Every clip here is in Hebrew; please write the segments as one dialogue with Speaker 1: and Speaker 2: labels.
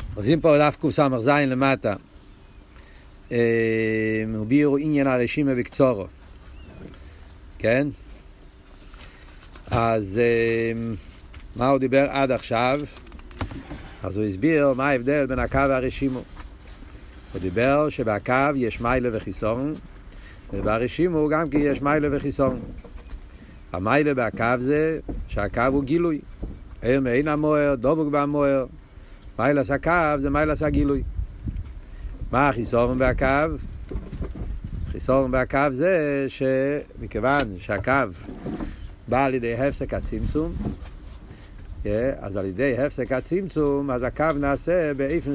Speaker 1: עושים פה דף קס"ז למטה. וביארו עניין הרשימה בקצורו. כן? אז מה הוא דיבר עד עכשיו? אז הוא הסביר מה ההבדל בין הקו והרשימו. הוא דיבר שבקו יש מיילה וחיסון, וברשימו גם כי יש מיילה וחיסון. המיילה בקו זה שהקו הוא גילוי. ער מעין המוער, דבוק במוער. מיילס הקו זה מיילס הגילוי. מה החיסון בהקו? חיסון בהקו זה שמכיוון שהקו בא על ידי הפסק הצמצום, אז על ידי הפסק הצמצום, אז הקו נעשה באופן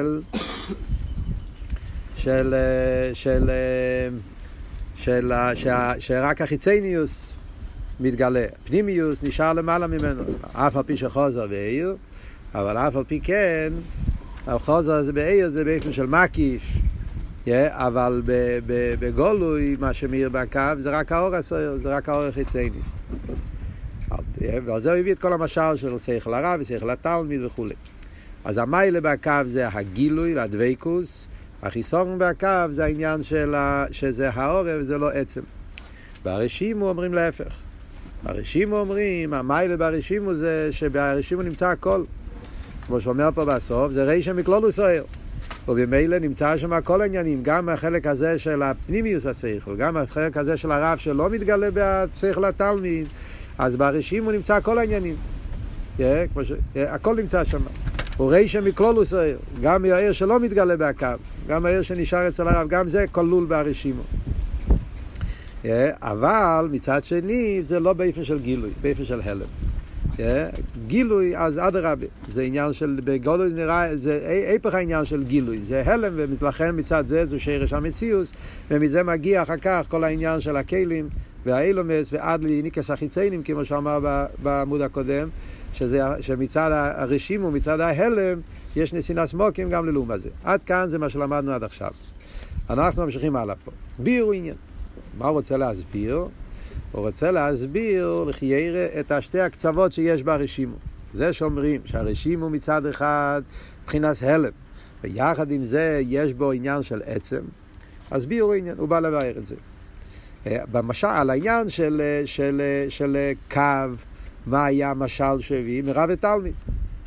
Speaker 1: שרק החיצניוס מתגלה. פנימיוס נשאר למעלה ממנו. אף על פי שחוזר בעיר, אבל אף על פי כן, החוזר הזה בעיר זה באופן של מקיף, אבל בגולוי, מה שמאיר בקו, זה רק האור הסוער, זה רק האור החיצייניס. ועל זה הוא הביא את כל המשל של שכל הרב ושכל התלמיד וכו'. אז המיילה בקו זה הגילוי והדבקוס, החיסון בקו זה העניין שזה האור וזה לא עצם. והרשימו אומרים להפך. הרשימו אומרים, המיילה ברשימו זה שברשימו נמצא הכל. כמו שאומר פה בסוף, זה רישא מכלול וסוער. ובמילא נמצא שם כל העניינים, גם החלק הזה של הפנימיוס השכל, גם החלק הזה של הרב שלא מתגלה בשכל התלמיד, אז ברשימו נמצא כל העניינים. הכל נמצא שם. הוא רישא מכלול וסוער. גם העיר שלא מתגלה בהקו, גם העיר שנשאר אצל הרב, גם זה כלול ברשימו. אבל מצד שני זה לא באופן של גילוי, באופן של הלם. גילוי, אז אדרבה, זה עניין של, בגולוי נראה, זה היפך העניין של גילוי, זה הלם, ולכן מצד זה זו שרש המציאוס, ומזה מגיע אחר כך כל העניין של הכלים והאילומס ועד לניקס החיציינים, כמו שאמר בעמוד הקודם, שמצד הרשימו, מצד ההלם, יש נסינס מוקים גם ללאום הזה. עד כאן זה מה שלמדנו עד עכשיו. אנחנו ממשיכים הלאה פה. ביארו עניין. מה הוא רוצה להסביר? הוא רוצה להסביר לחיירה את השתי הקצוות שיש ברשימו. זה שאומרים שהרשימו מצד אחד מבחינת הלם, ויחד עם זה יש בו עניין של עצם, אז ביארו עניין, הוא בא לבאר את זה. במשל, על העניין של קו, מה היה המשל שהביא? מרב ותלמיד.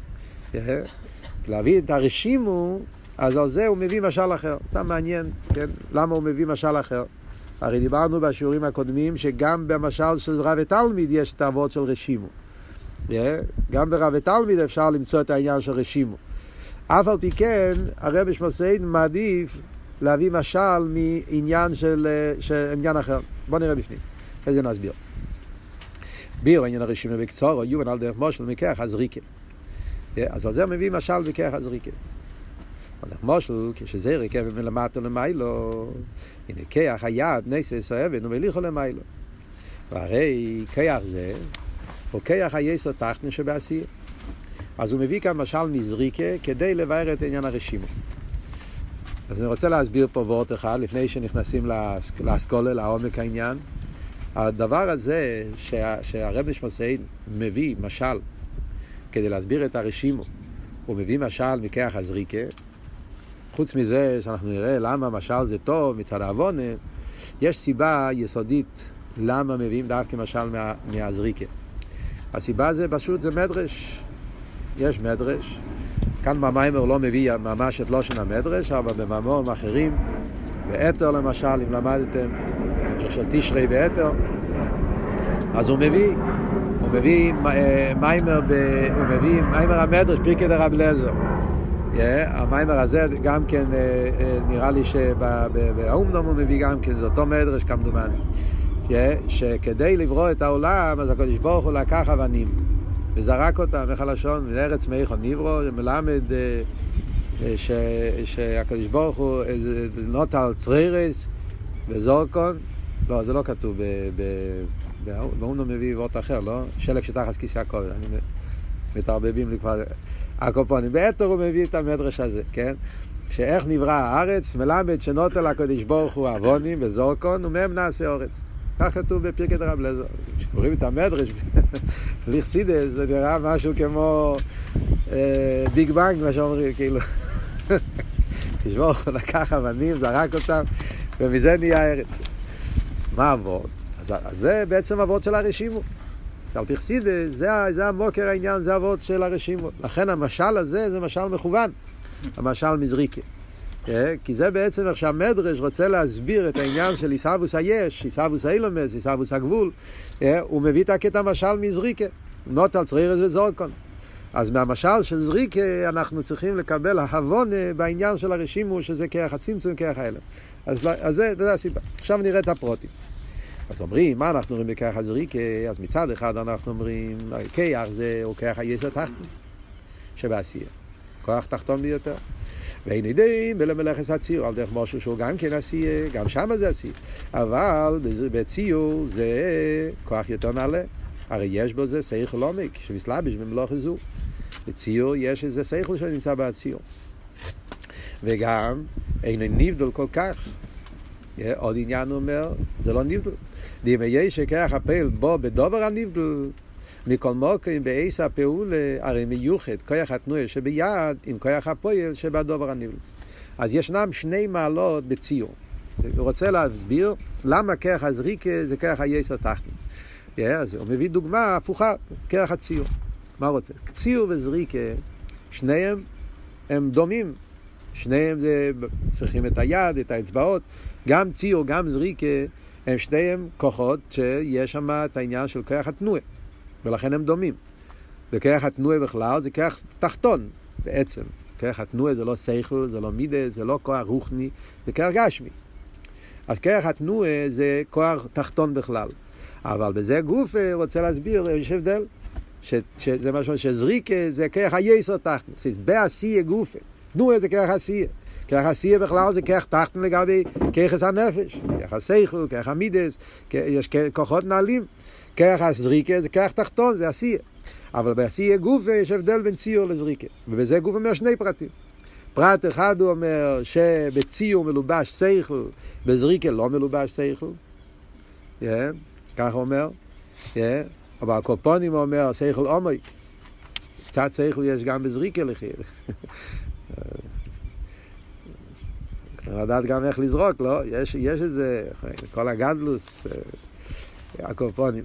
Speaker 1: להביא את הרשימו, אז על זה הוא מביא משל אחר. סתם מעניין, כן? למה הוא מביא משל אחר? הרי דיברנו בשיעורים הקודמים שגם במשל של רב ותלמיד יש את העבוד של רשימו. גם ברב ותלמיד אפשר למצוא את העניין של רשימו. אף על פי כן, הרב שמוסיין מעדיף להביא משל מעניין של עניין אחר. בוא נראה בפנים, אחרי זה נסביר. ביר עניין הרשימו בקצור, יובן על דרך מושל מכך הזריקה. אז על זה מביא משל מכך הזריקה. דרך מושל, כשזה ריקה ומלמטה למיילו, הנה כיח היד נסס האבן ומליחו למיילו. והרי כיח זה הוא כיח היסר תחתן שבעשיר. אז הוא מביא כאן משל מזריקה כדי לבאר את עניין הרשימו. אז אני רוצה להסביר פה וורט אחד לפני שנכנסים לאסכולה, לעומק העניין. הדבר הזה שהרב שמוסיין מביא משל כדי להסביר את הרשימו, הוא מביא משל מכיח הזריקה. חוץ מזה שאנחנו נראה למה משל זה טוב מצד העוונה, יש סיבה יסודית למה מביאים דווקא משל מהזריקה. הסיבה זה פשוט זה מדרש. יש מדרש. כאן במיימר לא מביא ממש את לושן המדרש, אבל במאמרים אחרים, באתר למשל, אם למדתם, המשך של תשרי באתר, אז הוא מביא מיימר המדרש, פרקי דרב אליעזר. המיימר הזה גם כן נראה לי שבאומנום הוא מביא גם כן, זה אותו מדרש כמדומני, שכדי לברוא את העולם אז הקדוש ברוך הוא לקח אבנים וזרק אותם, איך הלשון, מארץ מאיכון נברוא, מלמד שהקדוש ברוך הוא נוט על צרירס וזורקון. לא, זה לא כתוב באומנום מביא וורט אחר, לא? שלג שתחת כיסא הכל, אני מתערבבים לי כבר הקופונים. באתר הוא מביא את המדרש הזה, כן? שאיך נברא הארץ, מלמד שנוטל הקדוש ברוך הוא אבונים וזורקון, ומהם נעשה אורץ. כך כתוב בפרקי דרב לזר. כשקוראים את המדרש, לחסידס, זה נראה משהו כמו ביג בנג, מה שאומרים, כאילו. כשבור הוא לקח אבנים, זרק אותם, ומזה נהיה ארץ. מה עבוד? אז זה בעצם עבוד של הרשימו. על פרסידס, זה המוקר העניין, זה עבוד של הרשימו. לכן המשל הזה זה משל מכוון, המשל מזריקה. כי זה בעצם איך שהמדרש רוצה להסביר את העניין של איסאבוס היש, איסאבוס האילומס, איסאבוס הגבול, הוא מביא את הקטע משל מזריקה, נוטל צרירס וזורקון. אז מהמשל של זריקה אנחנו צריכים לקבל ההבון בעניין של הרשימו, שזה כרך הצמצום, כרך האלם. אז זה הסיבה. עכשיו נראה את הפרוטים. אז אומרים, מה אנחנו רואים בכרך הזריקה? אז מצד אחד אנחנו אומרים, כרך זה הוא כרך היסר תחתון, שבעשייה. כוח תחתון ביותר. ואין ידעים בלמלאכס הציור, על דרך משהו שהוא גם כן עשייה, גם שם זה עשייה. אבל בציור זה כוח יותר נעלה. הרי יש בו זה שכל עומק, שמסלבש במלאכה זו. בציור יש איזה שכל שנמצא בציור. וגם אין נבדל כל כך. עוד עניין אומר, זה לא נבדל. אם יש שכרך הפעיל בו בדובר הנבדל, מכל מוקרים בעיס הפעול הרי מיוחד כוח התנועה שביד עם כוח הפועל שבדובר הנבדל. אז ישנם שני מעלות בציור. הוא רוצה להסביר למה כרך הזריקה זה כרך היסר תחתון. אז הוא מביא דוגמה הפוכה, כרך הציור. מה רוצה? ציור וזריקה, שניהם הם דומים. שניהם זה צריכים את היד, את האצבעות. גם ציור, גם זריקה, הם שניהם כוחות שיש שם את העניין של כרך התנועה. ולכן הם דומים. וכרך התנועה בכלל זה כרך תחתון בעצם. כרך התנועה זה לא שכל, זה לא מידה, זה לא כוח רוחני, זה כרך גשמי. אז כרך התנועה זה כוח תחתון בכלל. אבל בזה גוף רוצה להסביר, יש הבדל. שזה משהו שזריקה זה כרך היסר תחתון. זה בעשייה גופה. תנועה זה כרך עשייה. כרך עשייה בכלל זה כרך תחתון לגבי כרך הנפש. כרך השכל, כרך המידס, יש כוחות נעלים. כרך הזריקה זה כרך תחתון, זה עשייה. אבל בעשייה גופה יש הבדל בין ציור לזריקה. ובזה גוף אומר שני פרטים. פרט אחד הוא אומר שבציור מלובש שכל, בזריקה לא מלובש שכל. כך הוא אומר. אבל הקופונים הוא אומר שכל עומק. קצת שכל יש גם בזריקה לחיר. לדעת גם איך לזרוק, לא? יש איזה, כל הגדלוס, הקופונים.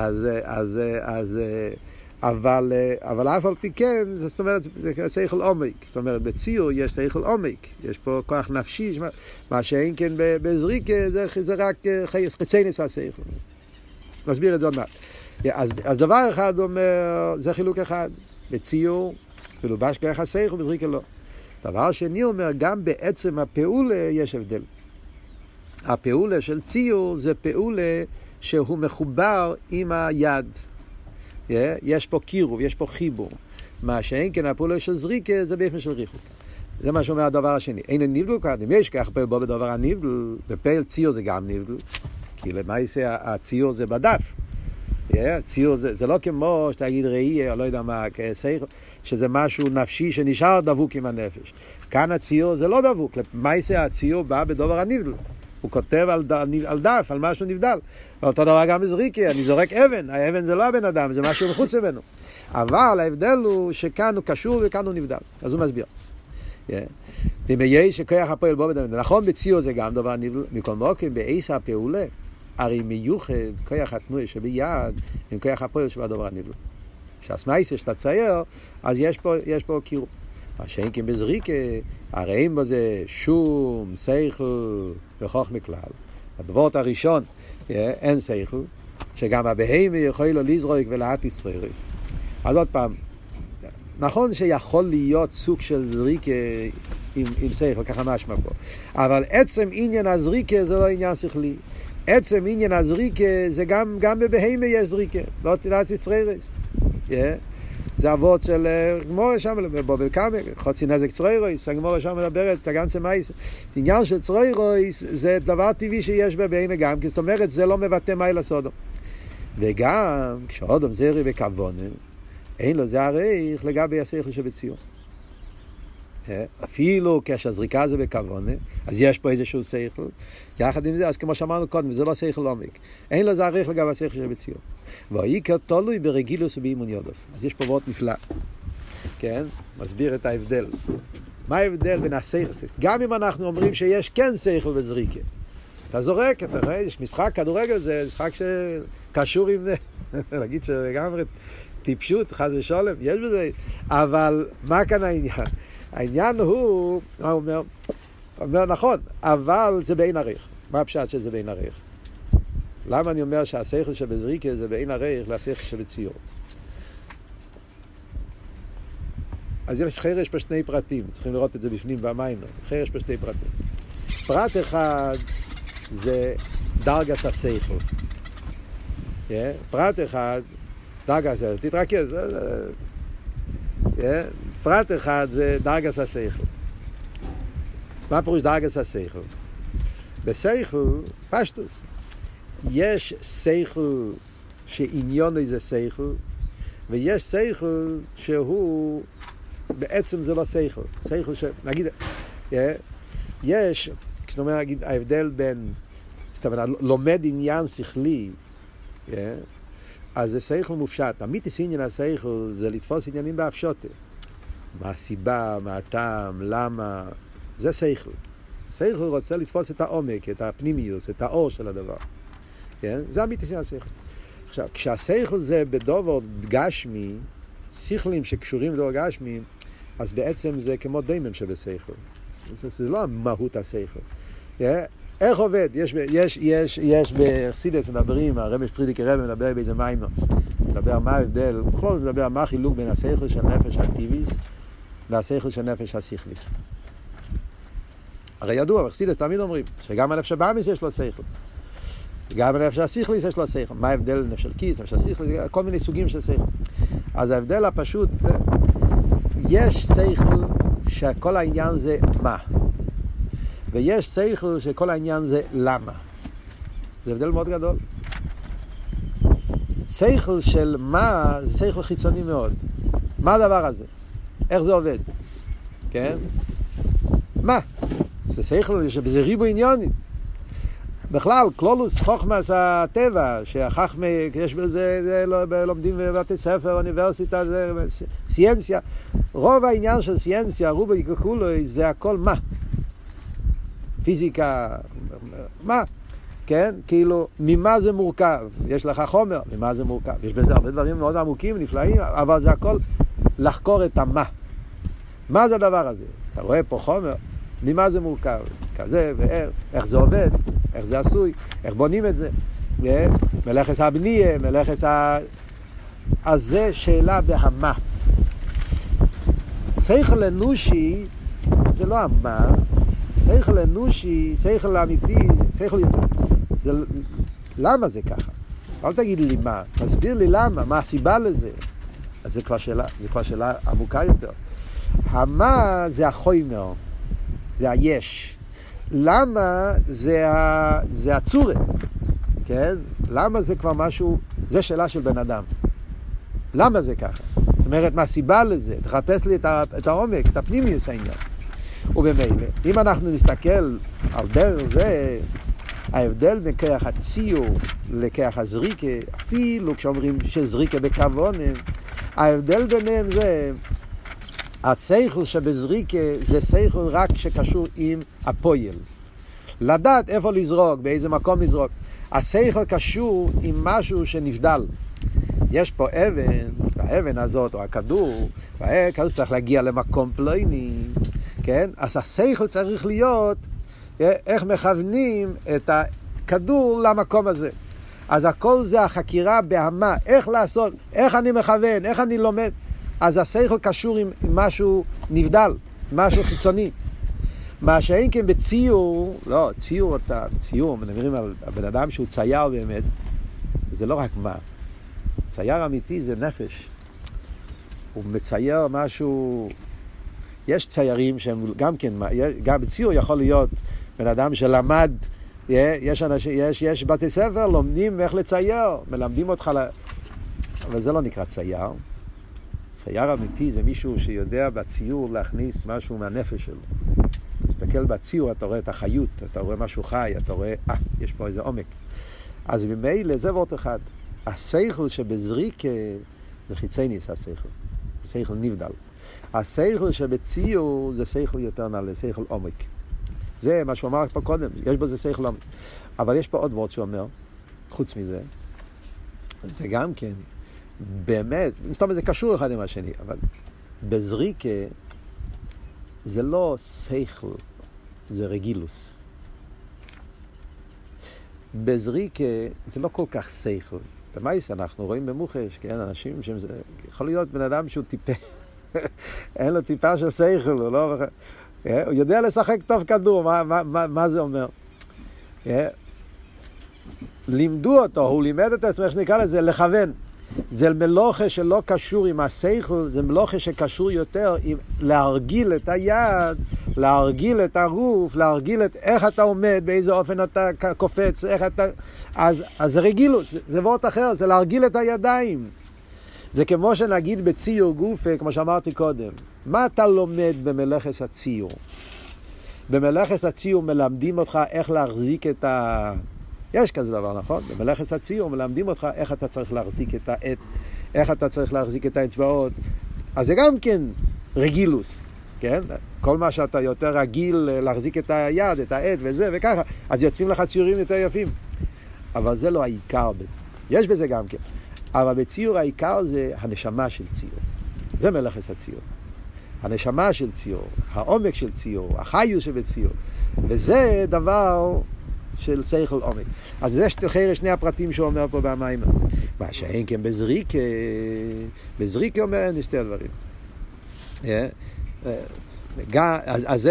Speaker 1: אבל אף על פי כן, זאת אומרת, זה שכל עומק. זאת אומרת, בציור יש שכל עומק. יש פה כוח נפשי, מה שאין כן בזריקה, זה רק חצי השכל. נסביר את זה עוד מעט. אז דבר אחד אומר, זה חילוק אחד. בציור, מלובש כרך השכל, בזריקה לא. דבר שני אומר, גם בעצם הפעולה יש הבדל. הפעולה של ציור זה פעולה שהוא מחובר עם היד. יש פה קירוב, יש פה חיבור. מה שאין כן הפעולה של זריקה זה באופן של ריחוק. זה מה שאומר הדבר השני. אין נבדל כאן, אם יש כך פעל בו בדבר הנבדל, בפעל ציור זה גם נבדל. כי למעשה הציור זה בדף. ציור זה לא כמו שתגיד ראי או לא יודע מה, שזה משהו נפשי שנשאר דבוק עם הנפש. כאן הציור זה לא דבוק. למעשה הציור בא בדבר הנבדל. הוא כותב על דף, על משהו נבדל. ואותו דבר גם בזריקה, אני זורק אבן. האבן זה לא הבן אדם, זה משהו מחוץ ממנו. אבל ההבדל הוא שכאן הוא קשור וכאן הוא נבדל. אז הוא מסביר. אם יש שכוח הפועל בו בדבר. נכון, בציור זה גם דבר נבדל. מכל מוקרים, בעיס הפעולה, הרי מיוחד כוח התנועה שביד עם כוח הפועל שבדבר הנבדל. כשהסמייסה שאתה צייר, אז יש פה קירוב. מה שאין כן בזריקה, הרי אין בזה שום שכל וחוכמה כלל. הדברות הראשון, אין שכל, שגם הבהמה יכול לו לזרוק ולהט ישראל. אז עוד פעם, נכון שיכול להיות סוג של זריקה עם שכל, ככה משמע פה. אבל עצם עניין הזריקה זה לא עניין שכלי. עצם עניין הזריקה זה גם בבהמה יש זריקה, לא תלת ישראל. זה אבות של גמורה שם, בובל קאמה, חוצי נזק צרוירויס, הגמורה שם מדברת את הגנצה מייס. עניין של צרוירויס זה דבר טבעי שיש בבהמה גם, כי זאת אומרת זה לא מבטא מיילה סודום. וגם כשאודום זרי וכוונם, אין לו זה עריך לגבי השכל שבציור. אפילו כשהזריקה זה בכוונה, אז יש פה איזשהו שכל. יחד עם זה, אז כמו שאמרנו קודם, זה לא שכל עומק. אין לזה ערך לגבי השכל שבציור. והעיקר תלוי ברגילות ובאימון יודף. אז יש פה וורט נפלא. כן? מסביר את ההבדל. מה ההבדל בין השכל? גם אם אנחנו אומרים שיש כן שכל בזריקה. אתה זורק, אתה רואה, יש משחק כדורגל, זה משחק שקשור עם... להגיד שלגמרי טיפשות, חס ושולם, יש בזה. אבל מה כאן העניין? העניין הוא, מה הוא אומר? הוא אומר נכון, אבל זה בעין ערך. מה הפשט שזה בעין ערך? למה אני אומר שהשכל שבזריקה זה בעין ערך לשכל שבציור? אז יש חרש פה שני פרטים, צריכים לראות את זה בפנים במים. חרש פה שני פרטים. פרט אחד זה דרגס השכל. פרט אחד, דרגס השכל, תתרכז. פרט אחד זה דרגס השכל. מה פירוש דרגס השכל? בשכל, פשטוס, יש שכל שעניון איזה שכל, ויש שכל שהוא בעצם זה לא שכל. שכל נגיד, יש, כשאתה אומר, נגיד, ההבדל בין, כשאתה לומד עניין שכלי, אז זה שכל מופשט. אמיתיס עניין השכל זה לתפוס עניינים בהפשוטה. מה הסיבה, מה הטעם, למה, זה שכל. שכל רוצה לתפוס את העומק, את הפנימיוס, את האור של הדבר. זה אמיתיס עניין השכל. עכשיו, כשהשכל זה בדובר גשמי, שכלים שקשורים בדובר גשמי, אז בעצם זה כמו דיימם שבשכל. זה לא המהות השכל. איך עובד? יש בחסידות מדברים, הרב פרידיק הרב מדבר באיזה מיימר. מדבר מה ההבדל, בכלל מדבר מה החילוק בין השכל של נפש האקטיביס והשכל של נפש השכליס. הרי ידוע, בחסידות תמיד אומרים, שגם הנפש הבאמיס יש לו שכל. גם הנפש השכליס יש לו שכל. מה ההבדל לנפש של כיס, נפש השכליס, כל מיני סוגים של שכל. אז ההבדל הפשוט, יש שכל שכל העניין זה מה. ויש שכל שכל העניין זה למה. זה הבדל מאוד גדול. שכל של מה זה שכל חיצוני מאוד. מה הדבר הזה? איך זה עובד? כן? מה? זה שכל שבזה ריבו עניונים. בכלל, כלולוס חוכמס הטבע, שהחכמה, יש בזה, לומדים בבתי ספר, אוניברסיטה, זה סיינציה. רוב העניין של סיינציה, רובי כולו, זה הכל מה? פיזיקה, מה? כן? כאילו, ממה זה מורכב? יש לך חומר, ממה זה מורכב? יש בזה הרבה דברים מאוד עמוקים, נפלאים, אבל זה הכל לחקור את המה. מה זה הדבר הזה? אתה רואה פה חומר, ממה זה מורכב? כזה ואיך זה עובד, איך זה עשוי, איך בונים את זה. מלאכת הבנייה, אז זה שאלה בהמה. שכל אנושי, זה לא המה, שכל אנושי, שכל אמיתי, שכל יותר. למה זה ככה? אל תגיד לי מה, תסביר לי למה, מה הסיבה לזה. אז זה כבר שאלה עמוקה יותר. המה זה החומר, זה היש. למה זה הצורה, כן? למה זה כבר משהו, זה שאלה של בן אדם. למה זה ככה? זאת אומרת, מה הסיבה לזה? תחפש לי את העומק, את הפנימיוס העניין. ובמילא, אם אנחנו נסתכל על דרך זה, ההבדל בין כוח הציור לכוח הזריקה, אפילו כשאומרים שזריקה בכוונה, ההבדל ביניהם זה, השכל שבזריקה זה שכל רק שקשור עם הפועל. לדעת איפה לזרוק, באיזה מקום לזרוק. השכל קשור עם משהו שנבדל. יש פה אבן, והאבן הזאת, או הכדור, והכדור צריך להגיע למקום פלויני, כן? אז השכל צריך להיות, איך מכוונים את הכדור למקום הזה. אז הכל זה החקירה בהמה, איך לעשות, איך אני מכוון, איך אני לומד. אז השכל קשור עם משהו נבדל, משהו חיצוני. מה שאין כן בציור, לא, ציור, מדברים על הבן אדם שהוא צייר באמת, זה לא רק מה. צייר אמיתי זה נפש. הוא מצייר משהו, יש ציירים שהם גם כן, גם בציור יכול להיות בן אדם שלמד, יש בתי ספר, לומדים איך לצייר, מלמדים אותך, אבל זה לא נקרא צייר. צייר אמיתי זה מישהו שיודע בציור להכניס משהו מהנפש שלו. אתה מסתכל בציור, אתה רואה את החיות, אתה רואה משהו חי, אתה רואה, יש פה איזה עומק. אז ממילא זה וורט אחד. השכל שבזריקה זה חיצייניס השכל. שכל נבדל. השכל שבציור זה שכל יותר נעלה, שכל עומק. זה מה שהוא אמר פה קודם, יש בזה שכל עומק. אבל יש פה עוד וורט שאומר, חוץ מזה, זה גם כן, באמת, מסתום זה קשור אחד עם השני, אבל בזריקה זה לא שכל, זה רגילוס. בזריקה זה לא כל כך שכל. במייס אנחנו רואים במוחש, כן, אנשים שהם, יכול להיות בן אדם שהוא טיפה, אין לו טיפה של שכל, הוא לא, הוא יודע לשחק טוב כדור, מה זה אומר? לימדו אותו, הוא לימד את עצמו, איך שנקרא לזה, לכוון. זה מלוכה שלא קשור עם השכל, זה מלוכה שקשור יותר עם להרגיל את היד, להרגיל את הרוף, להרגיל את איך אתה עומד, באיזה אופן אתה קופץ, איך אתה... אז זה רגילוס, זה וורט אחר, זה להרגיל את הידיים. זה כמו שנגיד בציור גוף, כמו שאמרתי קודם. מה אתה לומד במלאכת הציור? במלאכת הציור מלמדים אותך איך להחזיק את ה... יש כזה דבר, נכון? במלאכת הציור מלמדים אותך איך אתה צריך להחזיק את העט, איך אתה צריך להחזיק את האצבעות. אז זה גם כן רגילוס, כן? כל מה שאתה יותר רגיל להחזיק את היד, את העט וזה וככה, אז יוצאים לך ציורים יותר יפים. אבל זה לא העיקר בזה. יש בזה גם כן. אבל בציור העיקר זה הנשמה של ציור. זה מלאכת הציור. הנשמה של ציור, העומק של ציור, החיוס שבציור. וזה דבר... של שכל עומק. אז זה שני הפרטים שהוא אומר פה במיימר. מה שאין כן בזריקה, בזריקה אומר אין שתי הדברים. אז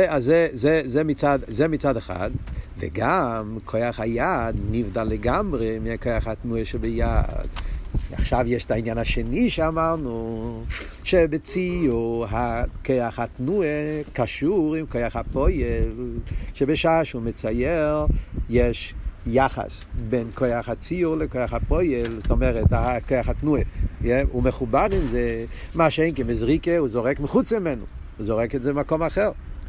Speaker 1: זה מצד אחד, וגם כוח היד נבדל לגמרי מכוח התנועה שביד. עכשיו יש את העניין השני שאמרנו, שבציור כוח התנועה קשור עם כוח הפועל, שבשעה שהוא מצייר יש יחס בין כוח הציור לכוח הפועל, זאת אומרת, כוח התנועה, הוא מחובר עם זה, מה שאין כמזריקה הוא זורק מחוץ ממנו, הוא זורק את זה במקום אחר.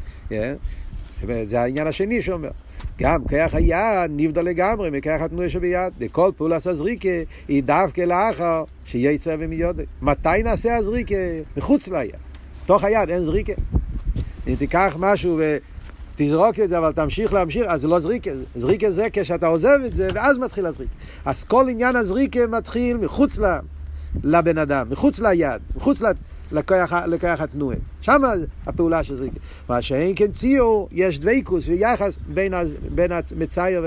Speaker 1: זה העניין השני שאומר. גם כוח היד נבדל לגמרי מכוח התנועה שביד. לכל פעולת הזריקה היא דווקא לאחר שיצא ומיודע. מתי נעשה הזריקה? מחוץ ליד. תוך היד אין זריקה. אם תיקח משהו ותזרוק את זה אבל תמשיך להמשיך, אז זה לא זריקה. זריקה זה כשאתה עוזב את זה ואז מתחיל הזריקה. אז כל עניין הזריקה מתחיל מחוץ לבן אדם, מחוץ ליד, מחוץ לכוח התנועה. שם הפעולה של זריקה. מה שאין כן ציור, יש דוויקוס ויחס בין המצאיר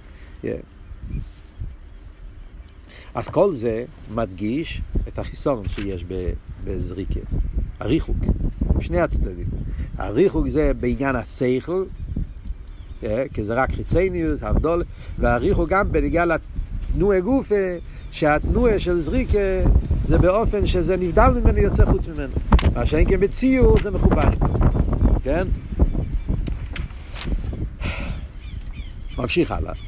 Speaker 1: אז כל זה מדגיש את החיסון שיש בזריקה. הריחוק. שני הצדדים. הריחוק זה בעניין השכל, כי זה רק חיצייניוס, הבדול, והריחוק גם בנגיע לתנועה גוף, שהתנועה של זריקה זה באופן שזה נבדל ממנו יוצא חוץ ממנו. מה שאין כן בציור זה מחובר. כן? ממשיך הלאה.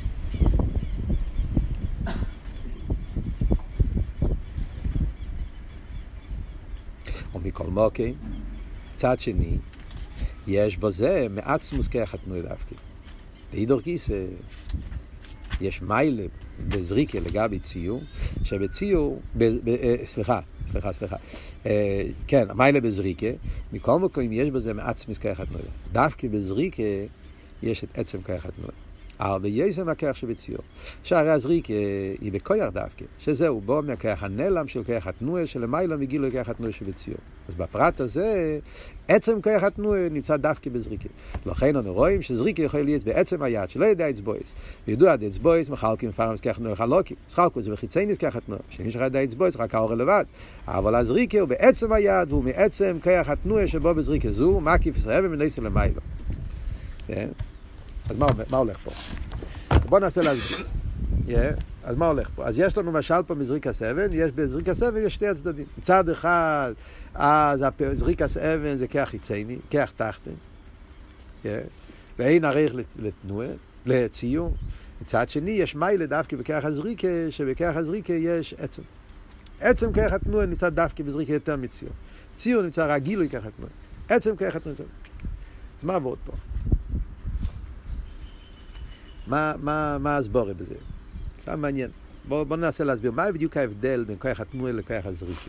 Speaker 1: ומכל מוקי, צד שני, יש בזה מעצמוס כוח התנועה דווקא. בהידור גיסא יש מיילה בזריקה לגבי ציור, שבציור, סליחה, כן, מיילה בזריקה, מכל מקום יש בזה מעצמוס כוח התנועה. דווקא בזריקה יש את עצם כוח התנועה. אבל יש הכוח שבציור. שהרי הזריקה היא בכוח דווקא, שזהו בו מהכוח הנעלם של כוח התנועה, שלמעלה מגילו כוח התנועה שבציור. אז בפרט הזה, עצם כוח התנועה נמצא דווקא בזריקה. לכן אנו רואים שזריקה יכול להיות בעצם היד, שלא יודע אצבויס. וידוע עד אצבויס, מחלקים פרמס כוח התנועה חלוקים. חלקו זה בחיצייניס כוח התנועה. שמי שחד אצבויס, רק האור לבד. אבל הזריקה הוא בעצם היד, והוא מעצם כוח התנועה שבו בזריקה זו, מקיף ישראל ומנסה למעלה. אז מה הולך פה? בוא ננסה להסביר. אז מה הולך פה? אז יש לנו משל פה מזריקס אבן, בזריקס אבן יש שתי הצדדים. מצד אחד, אז זריקס אבן זה כוח חיצייני, כוח תחתן. ואין ערך לתנועה, לציור. מצד שני, יש מיילה דווקא בכוח הזריקה, שבכוח הזריקה יש עצם. עצם כוח התנועה נמצא דווקא בזריקה יותר מציור. ציור נמצא רק גילוי כוח התנועה. עצם כוח התנועה. אז מה עבוד פה? מה הסבורה בזה? זה מעניין. בואו ננסה להסביר. מה בדיוק ההבדל בין כוח התנועה לכוח הזריקה?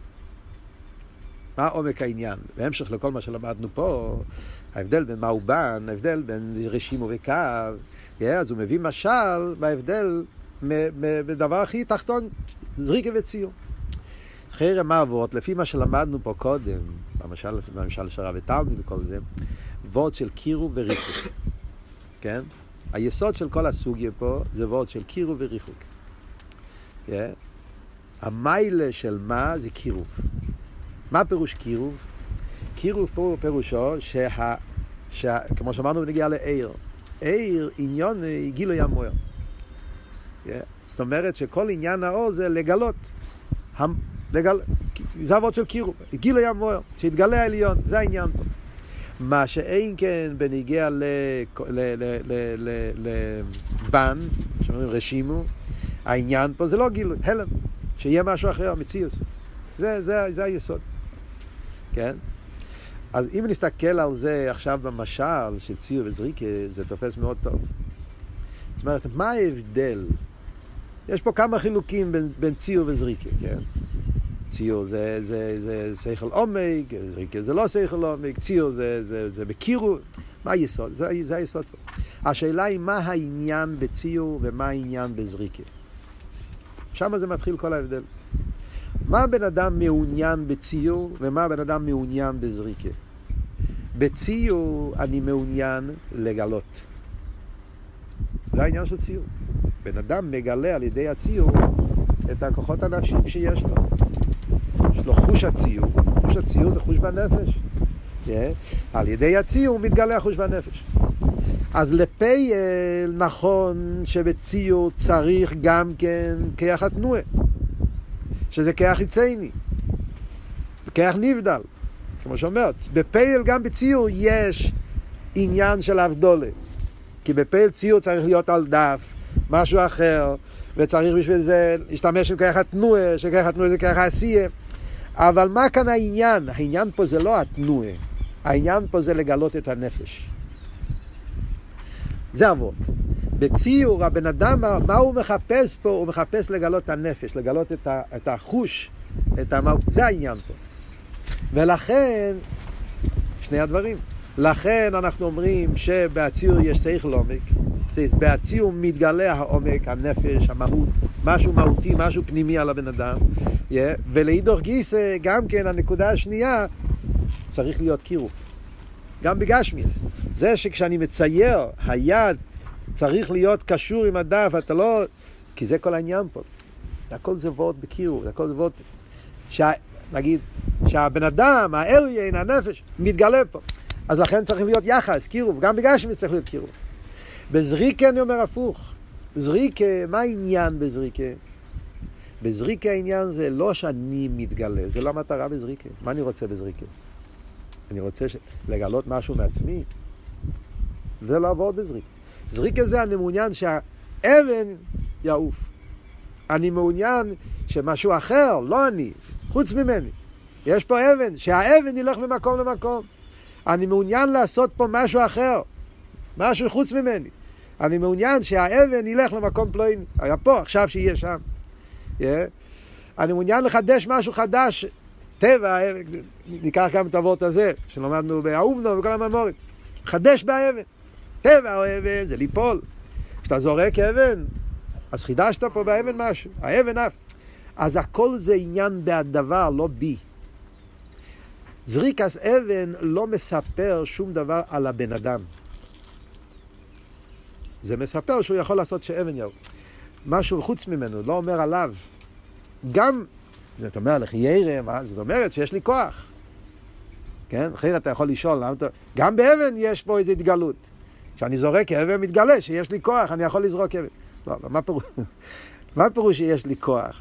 Speaker 1: מה עומק העניין? בהמשך לכל מה שלמדנו פה, ההבדל בין מאובן, ההבדל בין רשימו וקו, אז הוא מביא משל בהבדל בדבר הכי תחתון, זריקה וציור. אחרי מה עבוד, לפי מה שלמדנו פה קודם, במשל של רב ותלמיד וכל זה, וורד של קירוב וריחוק. כן? היסוד של כל הסוגיה פה זה וורד של קירוב וריחוק. המיילה של מה זה קירוב. מה פירוש קירוב? קירוב פה פירושו כמו שאמרנו בנגיעה לעיר. עיר עניון גילוי המוער. זאת אומרת שכל עניין האור זה לגלות. זה עבוד של קירוב. גילוי המוער. שהתגלה העליון. זה העניין פה. מה שאין כן בנגיע לבן, שאומרים רשימו, העניין פה זה לא גילוי, הלם. שיהיה משהו אחר, מציאוס. זה היסוד. כן? אז אם נסתכל על זה עכשיו במשל של ציור וזריקה, זה תופס מאוד טוב. זאת אומרת, מה ההבדל? יש פה כמה חילוקים בין ציור וזריקה, כן? ציור זה שכל עומק, זריקה זה לא שכל עומק, ציור זה בקירו. מה היסוד? זה היסוד פה. השאלה היא מה העניין בציור ומה העניין בזריקה. שם זה מתחיל כל ההבדל. מה בן אדם מעוניין בציור ומה בן אדם מעוניין בזריקה? בציור אני מעוניין לגלות. זה העניין של ציור. בן אדם מגלה על ידי הציור את הכוחות הנפשיים שיש לו. יש לו חוש הציור. חוש הציור זה חוש בנפש. על ידי הציור מתגלה החוש בנפש. אז לפייל נכון שבציור צריך גם כן כיח התנועה. שזה כיח חיצייני. כיח נבדל. כמו שאומרת, בפייל גם בציור יש עניין של הבדולה. כי בפייל ציור צריך להיות על דף, משהו אחר, וצריך בשביל זה להשתמש עם כיח התנועה, שכיח התנועה זה כיח העשייה. אבל מה כאן העניין? העניין פה זה לא התנועה. העניין פה זה לגלות את הנפש. זה עבוד. בציור הבן אדם, מה הוא מחפש פה? הוא מחפש לגלות את הנפש, לגלות את החוש, זה העניין פה. ולכן, שני הדברים. לכן אנחנו אומרים שבציור יש שכל עומק. בציור מתגלה העומק, הנפש, המהות, משהו מהותי, משהו פנימי על הבן אדם. ולהידור גיסא, גם כן הנקודה השנייה, צריך להיות קירוב. גם בגשמיאס. זה שכשאני מצייר, היד צריך להיות קשור עם הדף, אתה לא... כי זה כל העניין פה. הכל זה וורט בקירוב, הכל זה וורט... נגיד, שהבן אדם, האליין, הנפש, מתגלה פה. אז לכן צריך להיות יחס, קירוב. גם בגשמיאס צריך להיות קירוב. בזריקה אני אומר הפוך. זריקה, מה העניין בזריקה? בזריקה העניין זה לא שאני מתגלה, זה לא המטרה בזריקה. מה אני רוצה בזריקה? אני רוצה לגלות משהו מעצמי. זה לא עבוד בזריקה. זריקה זה אני מעוניין שהאבן יעוף. אני מעוניין שמשהו אחר, לא אני, חוץ ממני. יש פה אבן, שהאבן ילך ממקום למקום. אני מעוניין לעשות פה משהו אחר, משהו חוץ ממני. אני מעוניין שהאבן ילך למקום פלויני. היה פה, עכשיו שיהיה שם. אני מעוניין לחדש משהו חדש. טבע, ניקח גם את העבוד הזה, שלמדנו באומנו וכל המאמורים. חדש באבן. טבע או אבן, זה ליפול. כשאתה זורק אבן, אז חידשת פה באבן משהו. האבן אף. אז הכל זה עניין בהדבר, לא בי. זריקס אבן לא מספר שום דבר על הבן אדם. זה מספר שהוא יכול לעשות שאבן יעוף. משהו חוץ ממנו, לא אומר עליו. גם, זאת אומרת, לכי ירם, זאת אומרת שיש לי כוח. כן? אחרי אתה יכול לשאול, גם באבן יש פה איזו התגלות. כשאני זורק אבן מתגלה שיש לי כוח, אני יכול לזרוק אבן. לא, מה פירוש שיש לי כוח?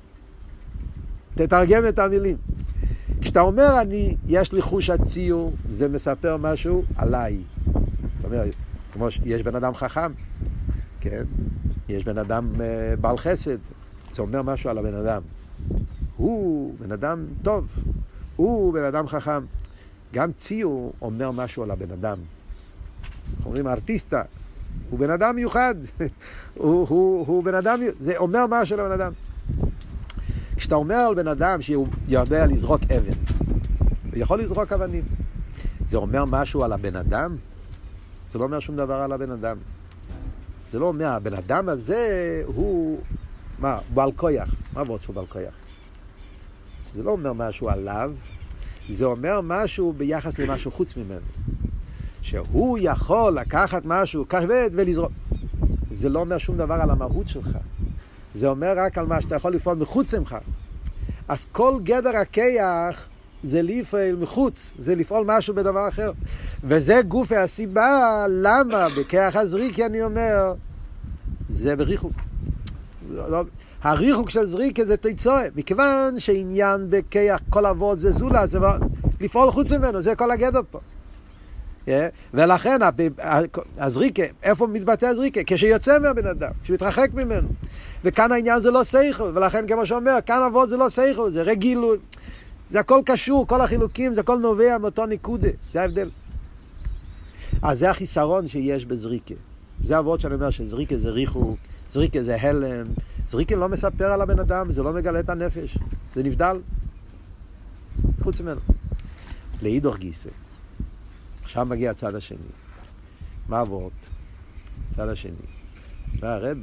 Speaker 1: תתרגם את המילים. כשאתה אומר יש לי חוש הציור, זה מספר משהו עליי. זאת אומרת, כמו שיש בן אדם חכם, כן? יש בן אדם בעל חסד, זה אומר משהו על הבן אדם. הוא בן אדם טוב, הוא בן אדם חכם. גם ציור אומר משהו על הבן אדם. אנחנו אומרים, הארטיסטה, הוא בן אדם מיוחד. הוא בן אדם, זה אומר משהו על הבן אדם. כשאתה אומר על בן אדם שהוא יודע לזרוק אבן, הוא יכול לזרוק אבנים, זה אומר משהו על הבן אדם? זה לא אומר שום דבר על הבן אדם. זה לא אומר, הבן אדם הזה הוא, מה, בעל כוח. מה עבוד שהוא בעל כוח? זה לא אומר משהו עליו, זה אומר משהו ביחס למשהו חוץ ממנו. שהוא יכול לקחת משהו כבד ולזרוק. זה לא אומר שום דבר על המהות שלך. זה אומר רק על מה שאתה יכול לפעול מחוץ ממך. אז כל גדר הכיח זה לפעול מחוץ, זה לפעול משהו בדבר אחר. וזה גוף הסיבה למה בכיח הזריקי אני אומר, זה בריחוק. הריחוק של זריקה זה תיצואה, מכיוון שעניין בכיח כל אבות זה זולה, זה לפעול חוץ ממנו, זה כל הגדר פה. ולכן הזריקה, איפה מתבטא הזריקה? כשיוצא מהבן אדם, כשמתרחק ממנו. וכאן העניין זה לא שכל, ולכן כמו שאומר, כאן אבות זה לא שכל, זה רגילות, זה הכל קשור, כל החילוקים, זה הכל נובע מאותו נקודה, זה ההבדל. אז זה החיסרון שיש בזריקה. זה אבות שאני אומר שזריקה זה ריחוק, זריקה זה הלם, זריקה לא מספר על הבן אדם, זה לא מגלה את הנפש, זה נבדל חוץ ממנו. לאידוך גיסא, עכשיו מגיע הצד השני. מה אבות? הצד השני. והרב,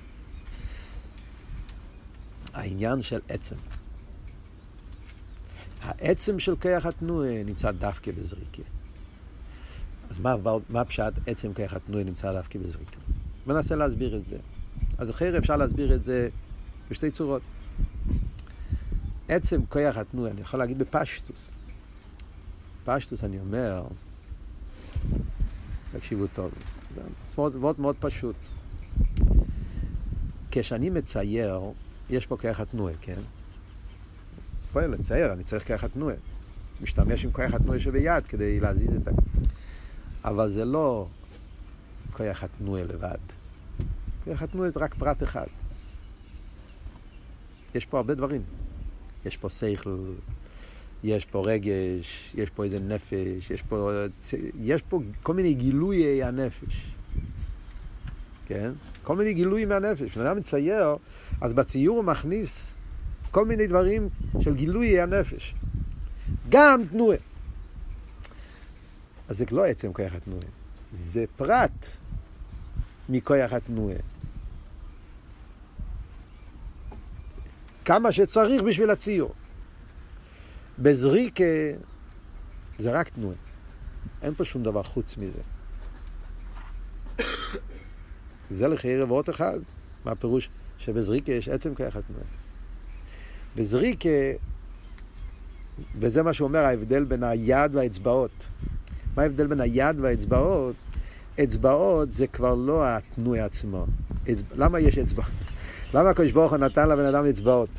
Speaker 1: העניין של עצם. העצם של כיח התנועה נמצא דווקא בזריקה. אז מה פשט עצם כיח התנועה נמצא דווקא בזריקה? מנסה להסביר את זה. אז אחרי אפשר להסביר את זה בשתי צורות. עצם כיח התנועה, אני יכול להגיד בפשטוס. פשטוס אני אומר, תקשיבו טוב, זה מאוד מאוד פשוט. כשאני מצייר, יש פה כיח התנועה, כן? פועל לצייר, אני צריך כיח התנועה. משתמש עם כיח התנועה שביד כדי להזיז את זה. אבל זה לא כיח התנועה לבד. כיח התנועה זה רק פרט אחד. יש פה הרבה דברים. יש פה שכל, יש פה רגש, יש פה איזה נפש, יש פה כל מיני גילויי הנפש. כן? כל מיני גילויים מהנפש. כשאדם מצייר, אז בציור הוא מכניס כל מיני דברים של גילויי הנפש. גם תנועה. אז זה לא עצם כוח התנועה. זה פרט מכוח התנועה. כמה שצריך בשביל הציור. בזריקה זה רק תנועה. אין פה שום דבר חוץ מזה. זה לחייר ועוד אחד. מה הפירוש? שבזריקה יש עצם כוח התנועה. בזריקה, וזה מה שאומר ההבדל בין היד והאצבעות. מה ההבדל בין היד והאצבעות? אצבעות זה כבר לא התנועה עצמו. למה יש אצבעות? למה הקדוש ברוך הוא נתן לבן אדם אצבעות?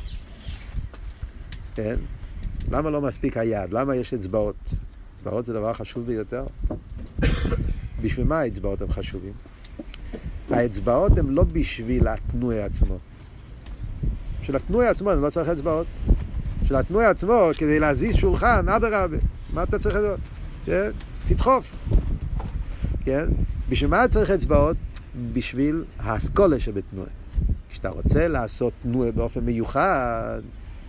Speaker 1: כן? למה לא מספיק היד? למה יש אצבעות? אצבעות זה דבר חשוב ביותר. בשביל מה האצבעות הם חשובים? האצבעות הם לא בשביל התנועה עצמו. בשביל התנועה עצמו אני לא צריך אצבעות. בשביל התנועה עצמו, כדי להזיז שולחן, אדרבה, מה אתה צריך אצבעות? כן? תדחוף. כן? בשביל מה צריך אצבעות? בשביל האסכולה שבתנועה. כשאתה רוצה לעשות תנועה באופן מיוחד,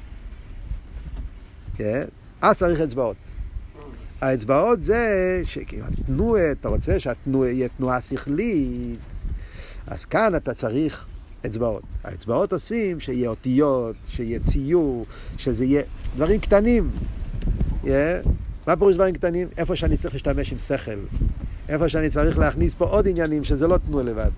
Speaker 1: כן? אז צריך אצבעות. האצבעות זה שהתנועה, אתה רוצה שהתנועה יהיה תנועה שכלית, אז כאן אתה צריך אצבעות. האצבעות עושים שיהיה אותיות, שיהיה ציור, שזה יהיה דברים קטנים. מה פירוש דברים קטנים? איפה שאני צריך להשתמש עם שכל. איפה שאני צריך להכניס פה עוד עניינים שזה לא תנועה לבד.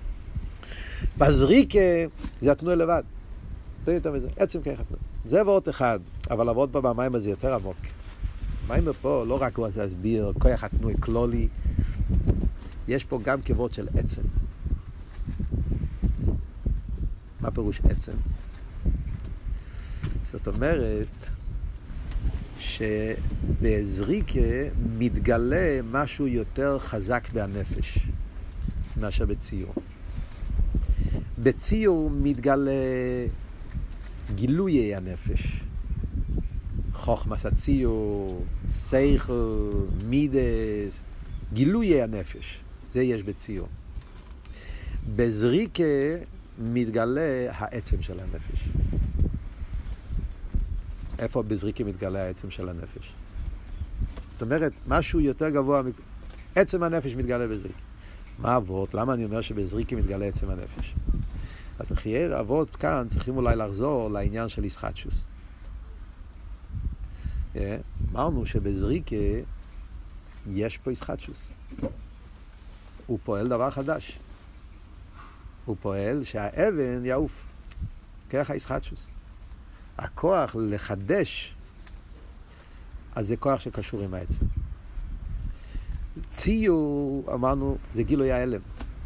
Speaker 1: בזריקה זה התנועה לבד. לא יותר מזה. עצם ככה תנועה. זה ועוד אחד, אבל לעבוד פה במים הזה יותר עמוק. מים פה לא רק הוא עושה להסביר, כוח התנועה כלולי, יש פה גם כבוד של עצם. מה פירוש עצם? זאת אומרת שבזריקה מתגלה משהו יותר חזק בהנפש מאשר בציור. בציור מתגלה גילויי הנפש. חוכמת הציור, שכל, מידס, גילויי הנפש. זה יש בציור. בזריקה מתגלה העצם של הנפש. איפה בזריקה מתגלה העצם של הנפש? זאת אומרת, משהו יותר גבוה, עצם הנפש מתגלה בזריקה. מה אבות? למה אני אומר שבזריקה מתגלה עצם הנפש? אז לחייר אבות כאן צריכים אולי לחזור לעניין של ישחטשוס. אמרנו שבזריקה יש פה ישחטשוס. הוא פועל דבר חדש. הוא פועל שהאבן יעוף. ככה ישחטשוס. הכוח לחדש, אז זה כוח שקשור עם העצם. ציור, אמרנו, זה גילוי ההלם.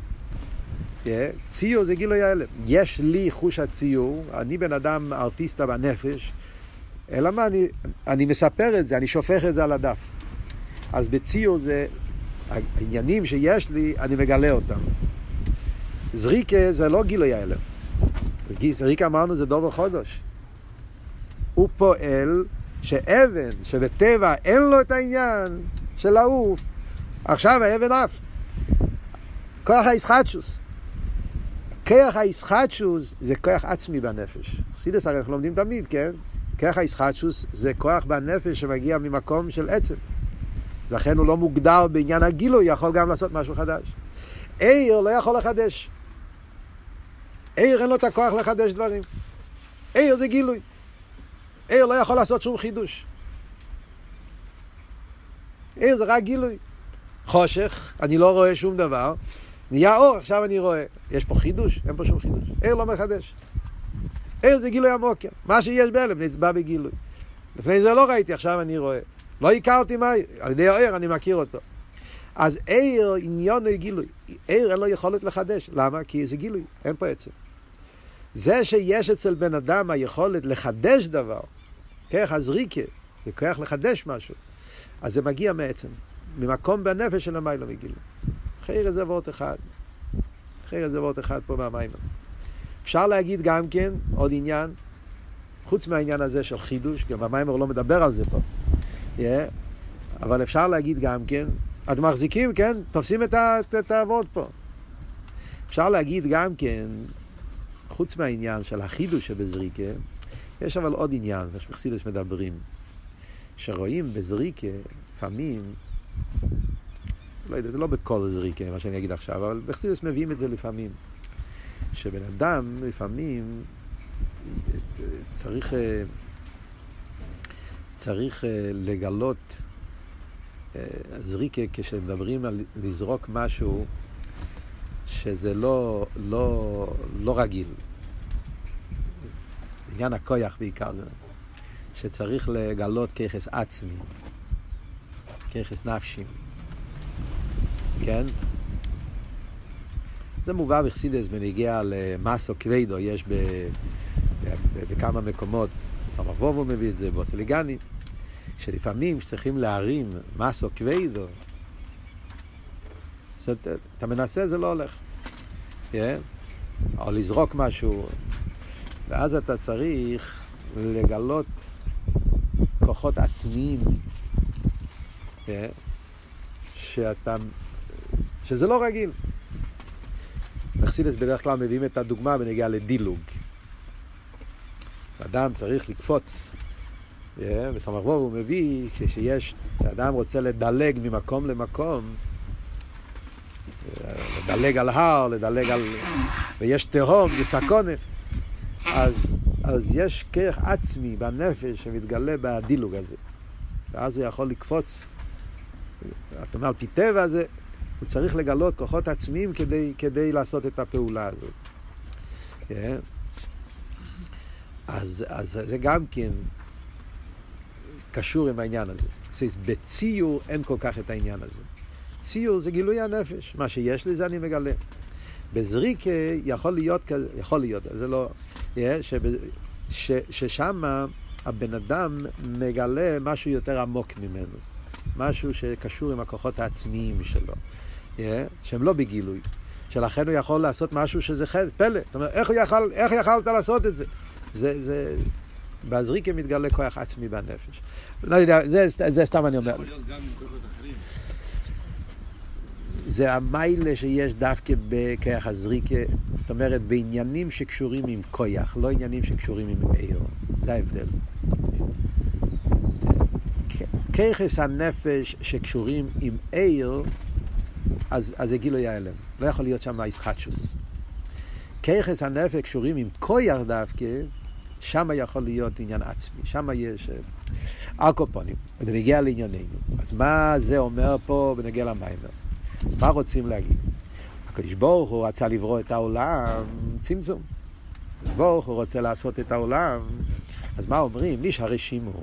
Speaker 1: ציור זה גילוי ההלם. יש לי חוש הציור, אני בן אדם ארטיסטה בנפש, אלא מה, אני מספר את זה, אני שופך את זה על הדף. אז בציור זה, העניינים שיש לי, אני מגלה אותם. זריקה זה לא גילוי ההלם. זריקה אמרנו זה דובר חודש. הוא פועל שאבן, שבטבע אין לו את העניין של לעוף, עכשיו האבן עף. כוח הישחטשוס. כוח הישחטשוס זה כוח עצמי בנפש. חסידות הרי אנחנו לומדים תמיד, כן? כוח הישחטשוס זה כוח בנפש שמגיע ממקום של עצם. לכן הוא לא מוגדר בעניין הגילוי, יכול גם לעשות משהו חדש. עיר לא יכול לחדש. עיר אין לו את הכוח לחדש דברים. עיר זה גילוי. עיר לא יכול לעשות שום חידוש. עיר זה רק גילוי. חושך, אני לא רואה שום דבר. נהיה אור, עכשיו אני רואה. יש פה חידוש? אין פה שום חידוש. עיר לא מחדש. עיר זה גילוי עמוק. מה שיש בהלם נצבע בגילוי. לפני זה לא ראיתי, עכשיו אני רואה. לא הכרתי מה, על ידי העיר אני מכיר אותו. אז עיר עניון הוא גילוי. עיר אין לו יכולת לחדש. למה? כי זה גילוי, אין פה עצם. זה שיש אצל בן אדם היכולת לחדש דבר, כוח הזריקה, זה כוח לחדש משהו, אז זה מגיע מעצם, ממקום בנפש של המים לא מגילוי. חייר זה וורט אחד. חייר זה וורט אחד פה מהמים. אפשר להגיד גם כן, עוד עניין, חוץ מהעניין הזה של חידוש, גם המיימר לא מדבר על זה פה. אבל אפשר להגיד גם כן, אתם מחזיקים, כן? תופסים את העבוד פה. אפשר להגיד גם כן, חוץ מהעניין של החידוש שבזריקה, יש אבל עוד עניין, שחסידות מדברים, שרואים בזריקה, לפעמים, לא יודע, זה לא בכל זריקה, מה שאני אגיד עכשיו, אבל בחסידות מביאים את זה לפעמים. שבן אדם, לפעמים, צריך לגלות זריקה כשמדברים על לזרוק משהו שזה לא רגיל. עניין הכוח בעיקר זה שצריך לגלות כיחס עצמי, כיחס נפשים, כן? זה מובא בחסידות בנגיע למסו כבדו, יש בכמה מקומות, סמך וובו מביא את זה, בוסליגני, שלפעמים צריכים להרים מסו כבדו, אתה מנסה, זה לא הולך. או לזרוק משהו, ואז אתה צריך לגלות כוחות עצמיים, שזה לא רגיל. בחסידות בדרך כלל מביאים את הדוגמה בנגיעה לדילוג. אדם צריך לקפוץ, בסמך ווב הוא מביא, כשיש, האדם רוצה לדלג ממקום למקום, לדלג על הר, לדלג על... ויש תהום, סכנה. אז יש כוח עצמי בנפש שמתגלה בדילוג הזה. ואז הוא יכול לקפוץ. אתה אומר, על פי טבע הזה, הוא צריך לגלות כוחות עצמיים כדי לעשות את הפעולה הזאת. אז זה גם כן קשור עם העניין הזה. בציור אין כל כך את העניין הזה. ציור זה גילוי הנפש. מה שיש לי זה אני מגלה. בזריקה יכול להיות כזה, יכול להיות, זה לא, ששם הבן אדם מגלה משהו יותר עמוק ממנו. משהו שקשור עם הכוחות העצמיים שלו. שהם לא בגילוי. שלכן הוא יכול לעשות משהו שזה פלא. זאת אומרת, איך יכלת לעשות את זה? בזריקה מתגלה כוח עצמי בנפש. לא יודע, זה סתם אני אומר.
Speaker 2: יכול להיות גם כוחות אחרים.
Speaker 1: זה המיילה שיש דווקא בכוח הזריקה, זאת אומרת בעניינים שקשורים עם כוח, לא עניינים שקשורים עם עיר. זה ההבדל. כיחס הנפש שקשורים עם עיר, אז זה גילוי ההלם. לא יכול להיות שם איסחטשוס. כיחס הנפש קשורים עם כוח דווקא, שם יכול להיות עניין עצמי. שם יש אלקופונים. ונגיע לענייננו. אז מה זה אומר פה בנגיע למיימר? אז מה רוצים להגיד? הקדוש ברוך הוא רצה לברוא את העולם צמצום. ברוך הוא רוצה לעשות את העולם. אז מה אומרים? ניש הרשימו.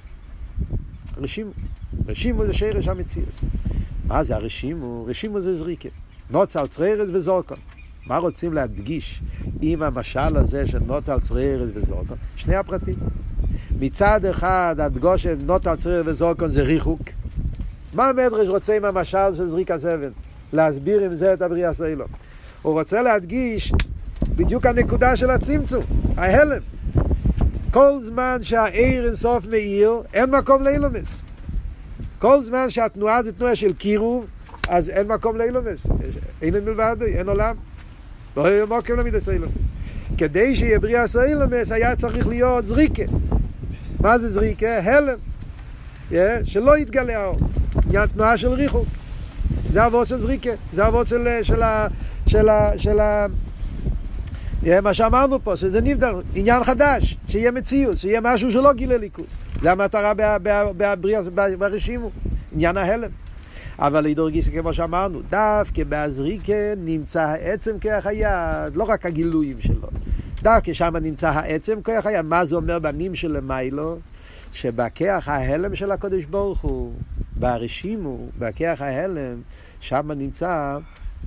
Speaker 1: רשימו זה שרש המציאות. מה זה הרשימו? רשימו זה זריקה. נוצל צררס וזורקון. מה רוצים להדגיש עם המשל הזה של נוטל צררס וזורקון? שני הפרטים. מצד אחד, הדגושת נוטל צררס וזורקון זה ריחוק. מה המדרש רוצה עם המשל של זריק הסבן? להסביר עם זה את הבריאה סוילו. הוא רוצה להדגיש בדיוק הנקודה של הצמצום, ההלם. כל זמן שהעיר אינסוף מאיר, אין מקום לאילומס. כל זמן שהתנועה זה תנועה של קירוב, אז אין מקום לאילומס. אין מלבד, אין עולם. לא יהיה מקום למידס אילומס. כדי שיהיה בריאה סוילומס, היה צריך להיות זריקה. מה זה זריקה? הלם. שלא יתגלה האור. עניין תנועה של ריחוק. זה העבוד של זריקה. זה העבוד של מה שאמרנו פה, שזה נבדל, עניין חדש, שיהיה מציאות, שיהיה משהו שלא גילה ליכוס. זה המטרה ברשימו, עניין ההלם. אבל לידור גיסא, כמו שאמרנו, דווקא בהזריקה נמצא העצם כוח היד, לא רק הגילויים שלו. דווקא שם נמצא העצם כוח היד. מה זה אומר בנים של למיילו? שבכוח ההלם של הקדוש ברוך הוא, ברשימו, בכוח ההלם, שם נמצא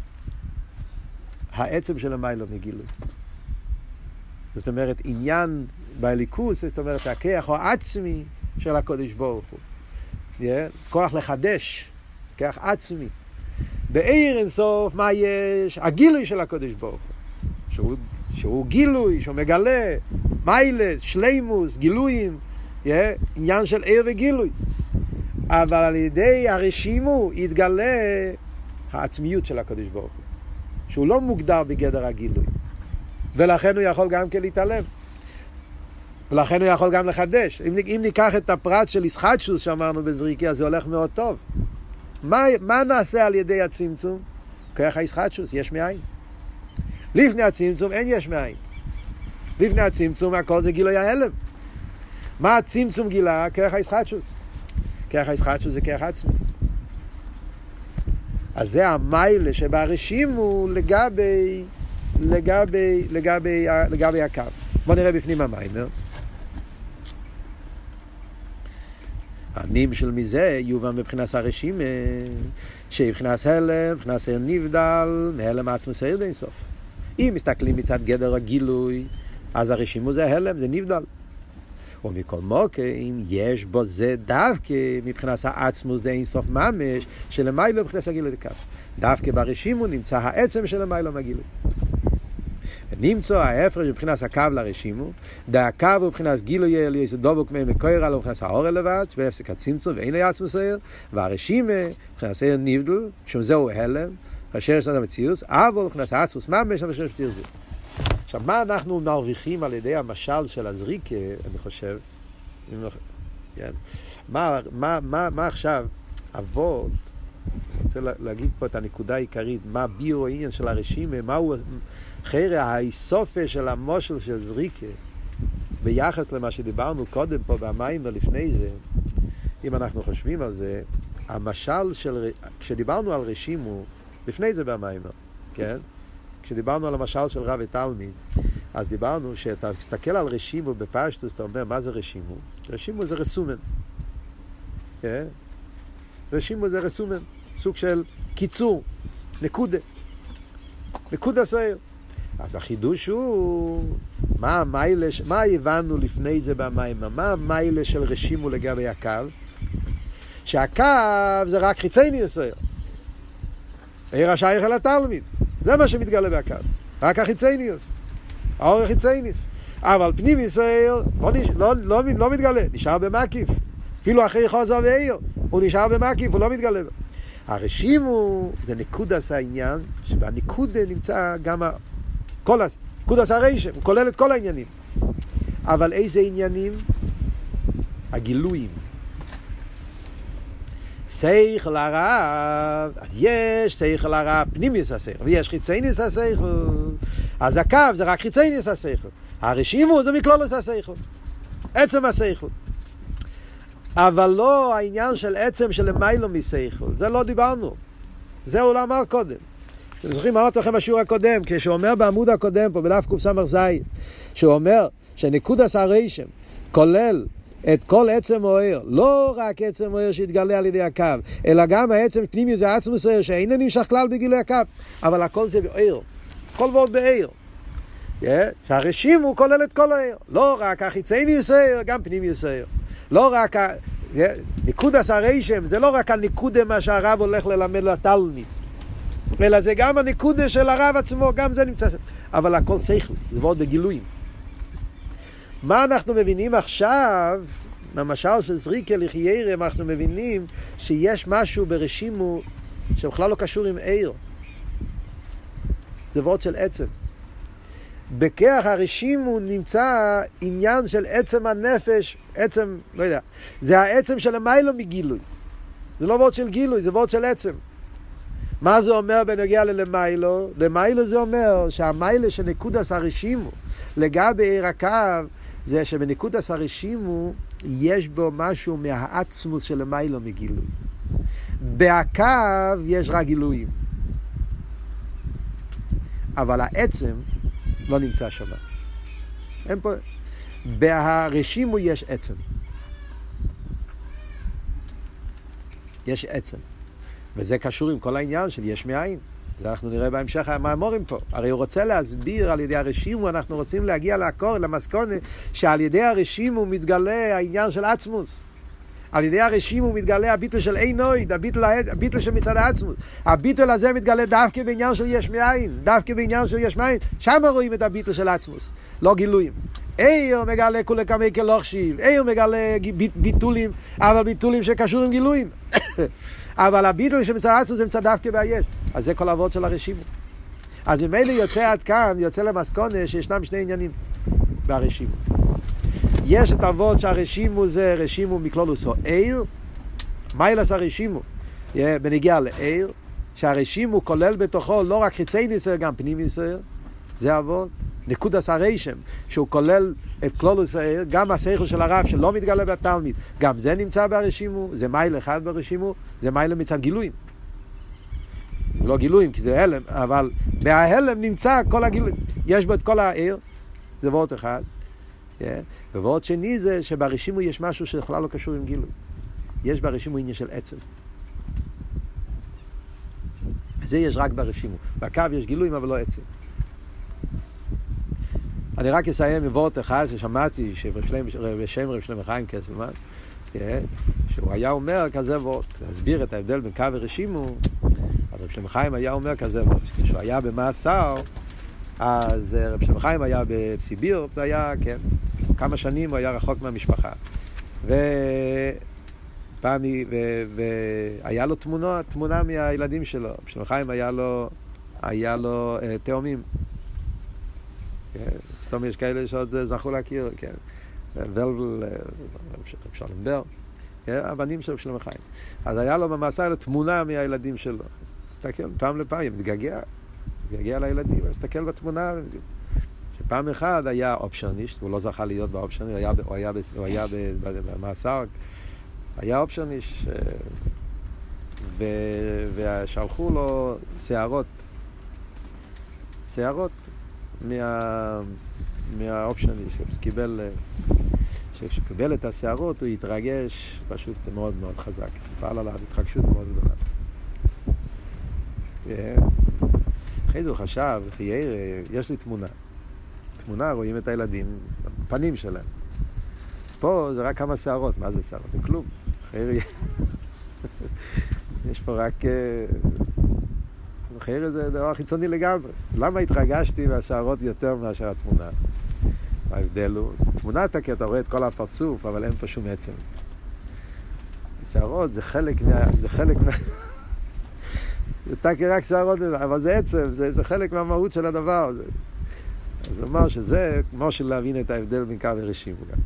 Speaker 1: העצם של למיילו מגילוי. זאת אומרת, עניין בליכוס, זאת אומרת, הכוח העצמי של הקדוש ברוך הוא. כוח לחדש, כוח עצמי. בעיר אינסוף, מה יש? הגילוי של הקדוש ברוך הוא. שהוא גילוי, שהוא מגלה, מיילס, שלימוס, גילויים, עניין של עיר וגילוי. אבל על ידי הרשימו יתגלה העצמיות של הקדוש ברוך הוא. שהוא לא מוגדר בגדר הגילוי. ולכן הוא יכול גם כן להתעלם. ולכן הוא יכול גם לחדש. אם ניקח את הפרט של ישחטשוס שאמרנו בזריקה, זה הולך מאוד טוב. מה נעשה על ידי הצמצום? כוח הישחטשוס, יש מאין. לפני הצמצום אין יש מאין. לפני הצמצום הכל זה גילוי ההלם. מה הצמצום גילה? כוח הישחטשוס. כוח הישחטשוס זה כוח עצמי. אז זה המיילה שברשימו לגבי הקו. בוא נראה בפנים המיימר. הנים של מזה יובן מבחינת הרשימה, שבבחינת הלם, מבחינת סעיר נבדל, מהלם עצמו סעיר די סוף. אם מסתכלים מצד גדר הגילוי, אז הרשימו זה הלם, זה נבדל. ומכל מוקרים יש בו זה דווקא מבחינת העצמוס זה אינסוף ממש שלמיילו מבחינת הגילוי דקו. דווקא ברשימו נמצא העצם שלמיילו מהגילוי. נמצא ההפרש מבחינת הקו לרשימו, הקו הוא מבחינת גילוי אליס דבוק ממקויר על מבחינת האור לבד, בהפסק הצמצום ואין לי עצמו סעיר, והרשימה מבחינת סעיר נבדל, שזהו הלם, אשר יש לנו המציאות, אבל מבחינת העצמוס ממש אשר יש בציר זה. עכשיו, מה אנחנו מרוויחים על ידי המשל של הזריקה, אני חושב, מה עכשיו אבות, אני רוצה להגיד פה את הנקודה העיקרית, מה ביו העניין של הרשימה, מהו חרא האיסופה של המושל של זריקה, ביחס למה שדיברנו קודם פה במים ולפני זה, אם אנחנו חושבים על זה, המשל של, כשדיברנו על רשימו, לפני זה במים, כן? כשדיברנו על המשל של רב ותלמיד, אז דיברנו שאתה מסתכל על רשימו בפשטוס, אתה אומר, מה זה רשימו? רשימו זה רסומן. רשימו זה רסומן, סוג של קיצור, נקודה. נקודה סעיר. אז החידוש הוא, מה הבנו לפני זה במים? מה המיילה של רשימו לגבי הקו? שהקו זה רק חיצייני סעיר. העיר השייך אל התלמיד. זה מה שמתגלה בהקו. רק החיצייניוס. האור החיצייניס. אבל פנים ישראל לא מתגלה, נשאר במקיף. אפילו אחרי חוזר ועיר, הוא נשאר במקיף, הוא לא מתגלה. הרשימו זה נקודס העניין, שבנקודה נמצא גם נקודס הרשם, הוא כולל את כל העניינים. אבל איזה עניינים? הגילויים. שכל הרב, יש שכל הרב פנימיוס השכל, ויש חיצייניוס השכל. אז הקו זה רק חיצייניוס השכל. הרשימו זה מכלולוס השכל, עצם השכל. אבל לא העניין של עצם של למיילו משכל, זה לא דיברנו. זה הוא לא אמר קודם. אתם זוכרים, אמרתי לכם בשיעור הקודם, כשהוא אומר בעמוד הקודם פה, בדף קס"ז, שהוא אומר שנקודס הרשם כולל את כל עצם אוהר, לא רק עצם אוהר שהתגלה על ידי הקו, אלא גם העצם פנימיוס ועצמוס אוהר, שאינו נמשך כלל בגילוי הקו, אבל הכל זה באוהר, כל ועוד באוהר. שהרשים הוא כולל את כל האוהר, לא רק החיצייניוס אוהר, גם פנימיוס אוהר. לא רק נקודס הרשם, זה לא רק הנקודה מה שהרב הולך ללמד לתלמיד, אלא זה גם הנקודה של הרב עצמו, גם זה נמצא שם. אבל הכל שכל, זה ועוד בגילויים. מה אנחנו מבינים עכשיו, במשל של זריקה לחיירם, אנחנו מבינים שיש משהו ברשימו שבכלל לא קשור עם עיר. זה ועוד של עצם. בכך הרשימו נמצא עניין של עצם הנפש, עצם, לא יודע, זה העצם של המיילו מגילוי. זה לא ועוד של גילוי, זה ועוד של עצם. מה זה אומר בנוגע למיילו? למיילו זה אומר שהמיילו של נקודס הרשימו לגבי עיר הקו, זה שבנקודס הרשימו יש בו משהו מהעצמוס של המיילו מגילוי. בהקו יש רק גילויים. אבל העצם לא נמצא שם. אין פה. בהרשימו יש עצם. יש עצם. וזה קשור עם כל העניין של יש מאין. זה אנחנו נראה בהמשך המאמורים פה. הרי הוא רוצה להסביר על ידי הרשימו, אנחנו רוצים להגיע למסקנה שעל ידי הרשימו מתגלה העניין של עצמוס. על ידי הרשימו מתגלה הביטל של אינויד, הביטל של מצד העצמוס. הביטל הזה מתגלה דווקא בעניין של יש מאין, דווקא בעניין של יש מאין. שם רואים את הביטל של עצמוס, לא גילויים. איר מגלה כולה כמי כלוכשיב, איר מגלה ביטולים, אבל ביטולים שקשור עם גילויים. אבל הביטול שמצד העצמוס זה מצד דווקא ביש. אז זה כל העבוד של הרשימו. אז ממילא יוצא עד כאן, יוצא למסקנה שישנם שני עניינים ברשימו. יש את העבוד שהרשימו זה רשימו מכלולוס או עיר, מיילס הרשימו, בנגיע לעיר, שהרשימו כולל בתוכו לא רק חיצי ניסר, גם פנים ניסר, זה העבוד. נקודס הרשם, שהוא כולל את כלולוס העיר, גם השכל של הרב שלא מתגלה בתלמיד, גם זה נמצא ברשימו, זה מייל אחד ברשימו, זה מייל מצד גילויים. זה לא גילויים, כי זה הלם, אבל בההלם נמצא כל הגילויים, יש בו את כל העיר, זה ועוד אחד. ועוד שני זה שברשימו יש משהו שבכלל לא קשור עם גילוי. יש ברשימו עניין של עצם. זה יש רק ברשימו. בקו יש גילויים אבל לא עצם. אני רק אסיים עם וורט אחד ששמעתי בשם רב שלמה חיים קסלמן, שהוא היה אומר כזה וורט, להסביר את ההבדל בין קו ורשימו. אז רב שלמה חיים היה אומר כזה וורט, כשהוא היה במאסר, אז רב שלמה חיים היה בסיביר, זה היה, כן, כמה שנים הוא היה רחוק מהמשפחה. והיה לו תמונה מהילדים שלו. רב שלמה חיים היה לו תאומים. סתום יש כאלה שעוד זכו להכיר, כן. ולבל, רב שלום בר, הבנים של רב שלמה חיים. אז היה לו במעשה, היה לו תמונה מהילדים שלו. מסתכל פעם לפעם, מתגעגע לילדים, מסתכל בתמונה. שפעם אחד היה אופשרניסט, הוא לא זכה להיות באופשרניסט, הוא היה במאסר, היה אופשרניסט, ושלחו לו שערות מהאופשרניסט, כשהוא קיבל את השערות הוא התרגש פשוט מאוד מאוד חזק, פעל עליו התרגשות מאוד גדולה. אחרי זה הוא חשב, יש לי תמונה, רואים את הילדים, פנים שלהם. פה זה רק כמה שערות, מה זה שערות? זה כלום. יש פה רק... אחרי זה דבר חיצוני לגמרי. למה התרגשתי מהשערות יותר מאשר התמונה? ההבדל הוא, תמונת הקטע, אתה רואה את כל הפרצוף, אבל אין פה שום עצם. שערות זה חלק מה... זה תקי רק שערות, אבל זה עצם, זה חלק מהמהות של הדבר. אז הוא אמר שזה כמו של להבין את ההבדל בין קו ורשימו גם.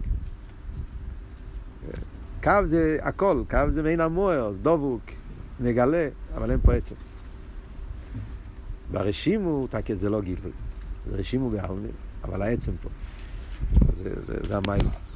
Speaker 1: קו זה הכל, קו זה מעין המוער, דובוק, מגלה, אבל אין פה עצם. והרשימו, תקי זה לא גיל, זה רשימו בעלמי, אבל העצם פה. זה המים.